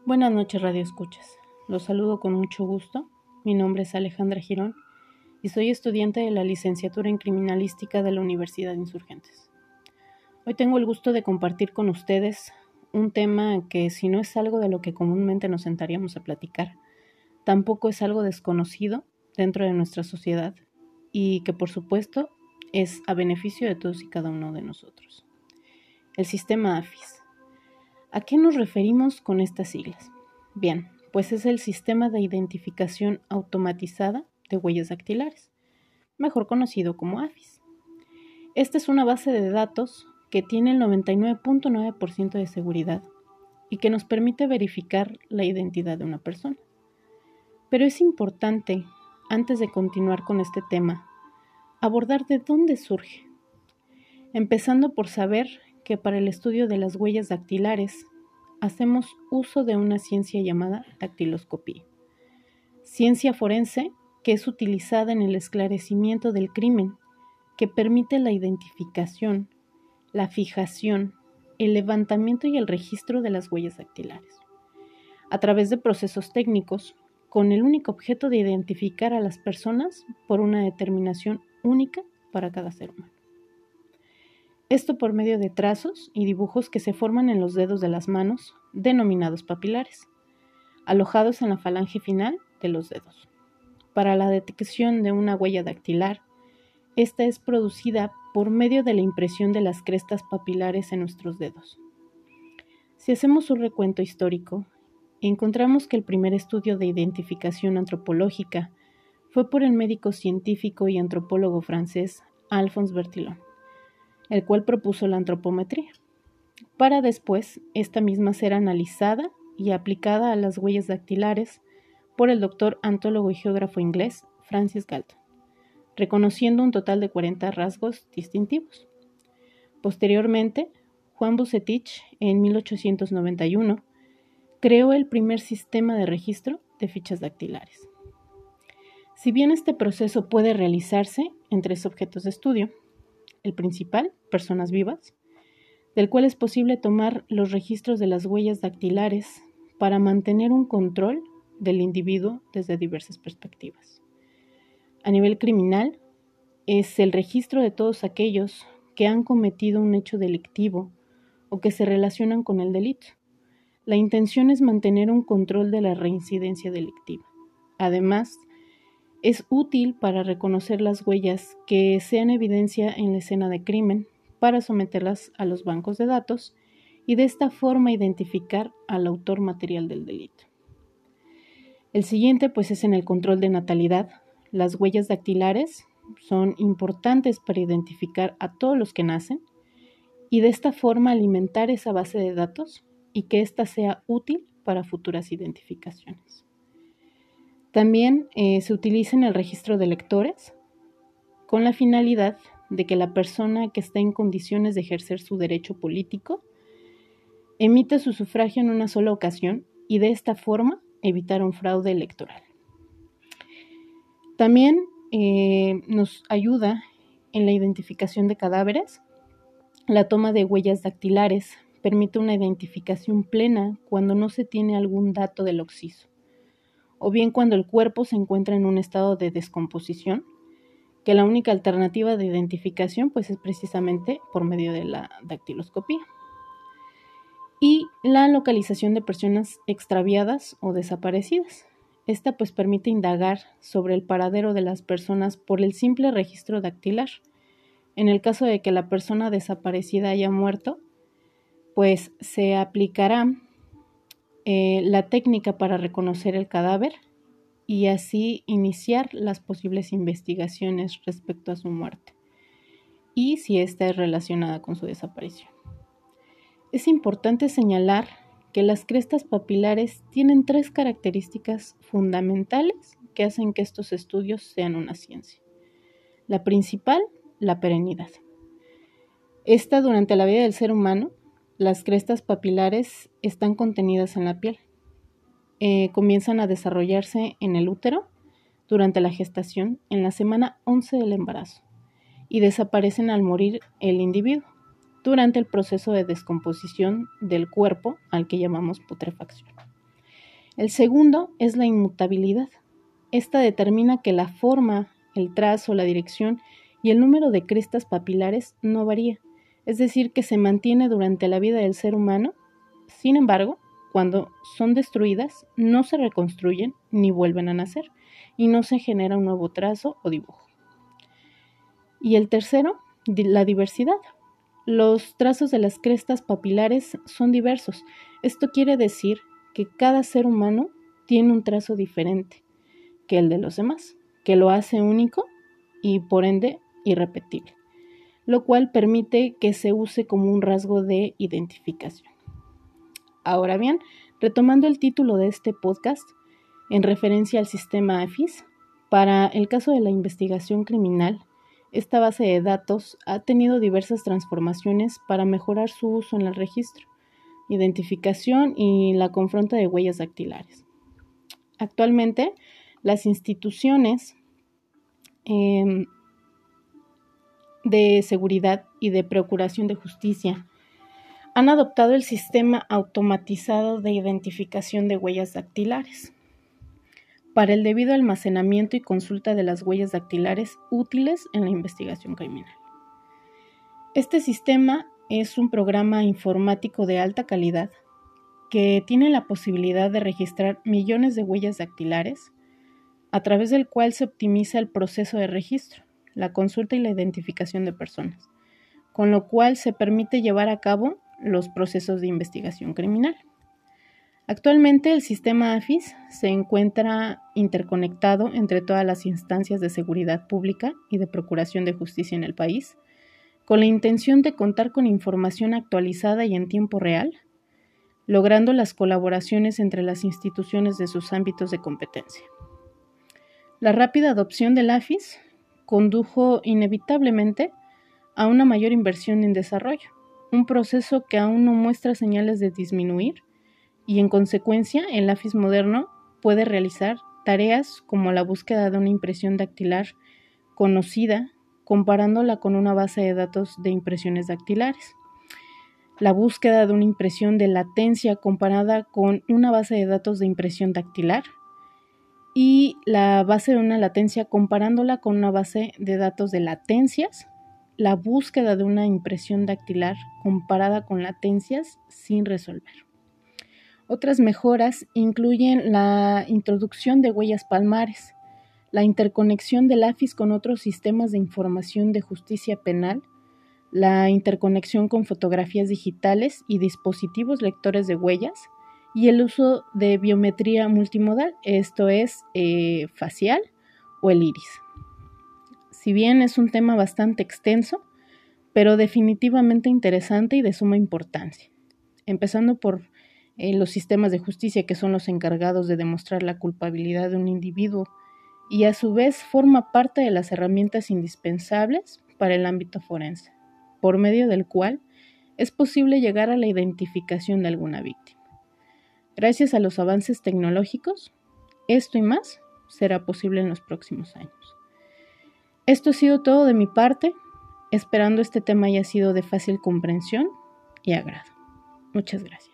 Buenas noches, Radio Escuchas. Los saludo con mucho gusto. Mi nombre es Alejandra Girón y soy estudiante de la licenciatura en Criminalística de la Universidad de Insurgentes. Hoy tengo el gusto de compartir con ustedes un tema que, si no es algo de lo que comúnmente nos sentaríamos a platicar, tampoco es algo desconocido dentro de nuestra sociedad y que, por supuesto, es a beneficio de todos y cada uno de nosotros. El sistema AFIS. ¿A qué nos referimos con estas siglas? Bien, pues es el Sistema de Identificación Automatizada de Huellas Dactilares, mejor conocido como AFIS. Esta es una base de datos que tiene el 99.9% de seguridad y que nos permite verificar la identidad de una persona. Pero es importante, antes de continuar con este tema, abordar de dónde surge, empezando por saber que para el estudio de las huellas dactilares hacemos uso de una ciencia llamada dactiloscopía, ciencia forense que es utilizada en el esclarecimiento del crimen, que permite la identificación, la fijación, el levantamiento y el registro de las huellas dactilares, a través de procesos técnicos, con el único objeto de identificar a las personas por una determinación única para cada ser humano. Esto por medio de trazos y dibujos que se forman en los dedos de las manos, denominados papilares, alojados en la falange final de los dedos. Para la detección de una huella dactilar, esta es producida por medio de la impresión de las crestas papilares en nuestros dedos. Si hacemos un recuento histórico, encontramos que el primer estudio de identificación antropológica fue por el médico científico y antropólogo francés Alphonse Bertillon, el cual propuso la antropometría, para después esta misma ser analizada y aplicada a las huellas dactilares por el doctor antólogo y geógrafo inglés Francis Galton, reconociendo un total de 40 rasgos distintivos. Posteriormente, Juan Bucetich, en 1891, creó el primer sistema de registro de fichas dactilares. Si bien este proceso puede realizarse en 3 objetos de estudio, el principal, personas vivas, del cual es posible tomar los registros de las huellas dactilares para mantener un control del individuo desde diversas perspectivas. A nivel criminal, es el registro de todos aquellos que han cometido un hecho delictivo o que se relacionan con el delito. La intención es mantener un control de la reincidencia delictiva. Además, es útil para reconocer las huellas que sean evidencia en la escena de crimen, para someterlas a los bancos de datos y de esta forma identificar al autor material del delito. El siguiente pues es en el control de natalidad. Las huellas dactilares son importantes para identificar a todos los que nacen y de esta forma alimentar esa base de datos y que ésta sea útil para futuras identificaciones. También se utiliza en el registro de electores con la finalidad de que la persona que está en condiciones de ejercer su derecho político emita su sufragio en una sola ocasión y de esta forma evitar un fraude electoral. También nos ayuda en la identificación de cadáveres. La toma de huellas dactilares permite una identificación plena cuando no se tiene algún dato del occiso, o bien cuando el cuerpo se encuentra en un estado de descomposición, que la única alternativa de identificación pues es precisamente por medio de la dactiloscopía. Y la localización de personas extraviadas o desaparecidas. Esta pues permite indagar sobre el paradero de las personas por el simple registro dactilar. En el caso de que la persona desaparecida haya muerto, pues se aplicará la técnica para reconocer el cadáver y así iniciar las posibles investigaciones respecto a su muerte y si ésta es relacionada con su desaparición. Es importante señalar que las crestas papilares tienen 3 características fundamentales que hacen que estos estudios sean una ciencia. La principal, la perennidad. Esta, durante la vida del ser humano, las crestas papilares están contenidas en la piel. Comienzan a desarrollarse en el útero durante la gestación en la semana 11 del embarazo y desaparecen al morir el individuo durante el proceso de descomposición del cuerpo al que llamamos putrefacción. El segundo es la inmutabilidad. Esta determina que la forma, el trazo, la dirección y el número de crestas papilares no varía, es decir, que se mantiene durante la vida del ser humano. Sin embargo, cuando son destruidas, no se reconstruyen ni vuelven a nacer y no se genera un nuevo trazo o dibujo. Y el tercero, la diversidad. Los trazos de las crestas papilares son diversos. Esto quiere decir que cada ser humano tiene un trazo diferente que el de los demás, que lo hace único y por ende irrepetible, lo cual permite que se use como un rasgo de identificación. Ahora bien, retomando el título de este podcast, en referencia al sistema AFIS, para el caso de la investigación criminal, esta base de datos ha tenido diversas transformaciones para mejorar su uso en el registro, identificación y la confronta de huellas dactilares. Actualmente, las instituciones de seguridad y de procuración de justicia han adoptado el sistema automatizado de identificación de huellas dactilares para el debido almacenamiento y consulta de las huellas dactilares útiles en la investigación criminal. Este sistema es un programa informático de alta calidad que tiene la posibilidad de registrar millones de huellas dactilares, a través del cual se optimiza el proceso de registro, la consulta y la identificación de personas, con lo cual se permite llevar a cabo los procesos de investigación criminal. Actualmente el sistema AFIS se encuentra interconectado entre todas las instancias de seguridad pública y de procuración de justicia en el país, con la intención de contar con información actualizada y en tiempo real, logrando las colaboraciones entre las instituciones de sus ámbitos de competencia. La rápida adopción del AFIS condujo inevitablemente a una mayor inversión en desarrollo, un proceso que aún no muestra señales de disminuir y en consecuencia el AFIS moderno puede realizar tareas como la búsqueda de una impresión dactilar conocida comparándola con una base de datos de impresiones dactilares, la búsqueda de una impresión de latencia comparada con una base de datos de impresión dactilar y la base de una latencia comparándola con una base de datos de latencias, la búsqueda de una impresión dactilar comparada con latencias sin resolver. Otras mejoras incluyen la introducción de huellas palmares, la interconexión del AFIS con otros sistemas de información de justicia penal, la interconexión con fotografías digitales y dispositivos lectores de huellas, y el uso de biometría multimodal, esto es facial o el iris. Si bien es un tema bastante extenso, pero definitivamente interesante y de suma importancia, empezando por los sistemas de justicia que son los encargados de demostrar la culpabilidad de un individuo y a su vez forma parte de las herramientas indispensables para el ámbito forense, por medio del cual es posible llegar a la identificación de alguna víctima. Gracias a los avances tecnológicos, esto y más será posible en los próximos años. Esto ha sido todo de mi parte, esperando este tema haya sido de fácil comprensión y agrado. Muchas gracias.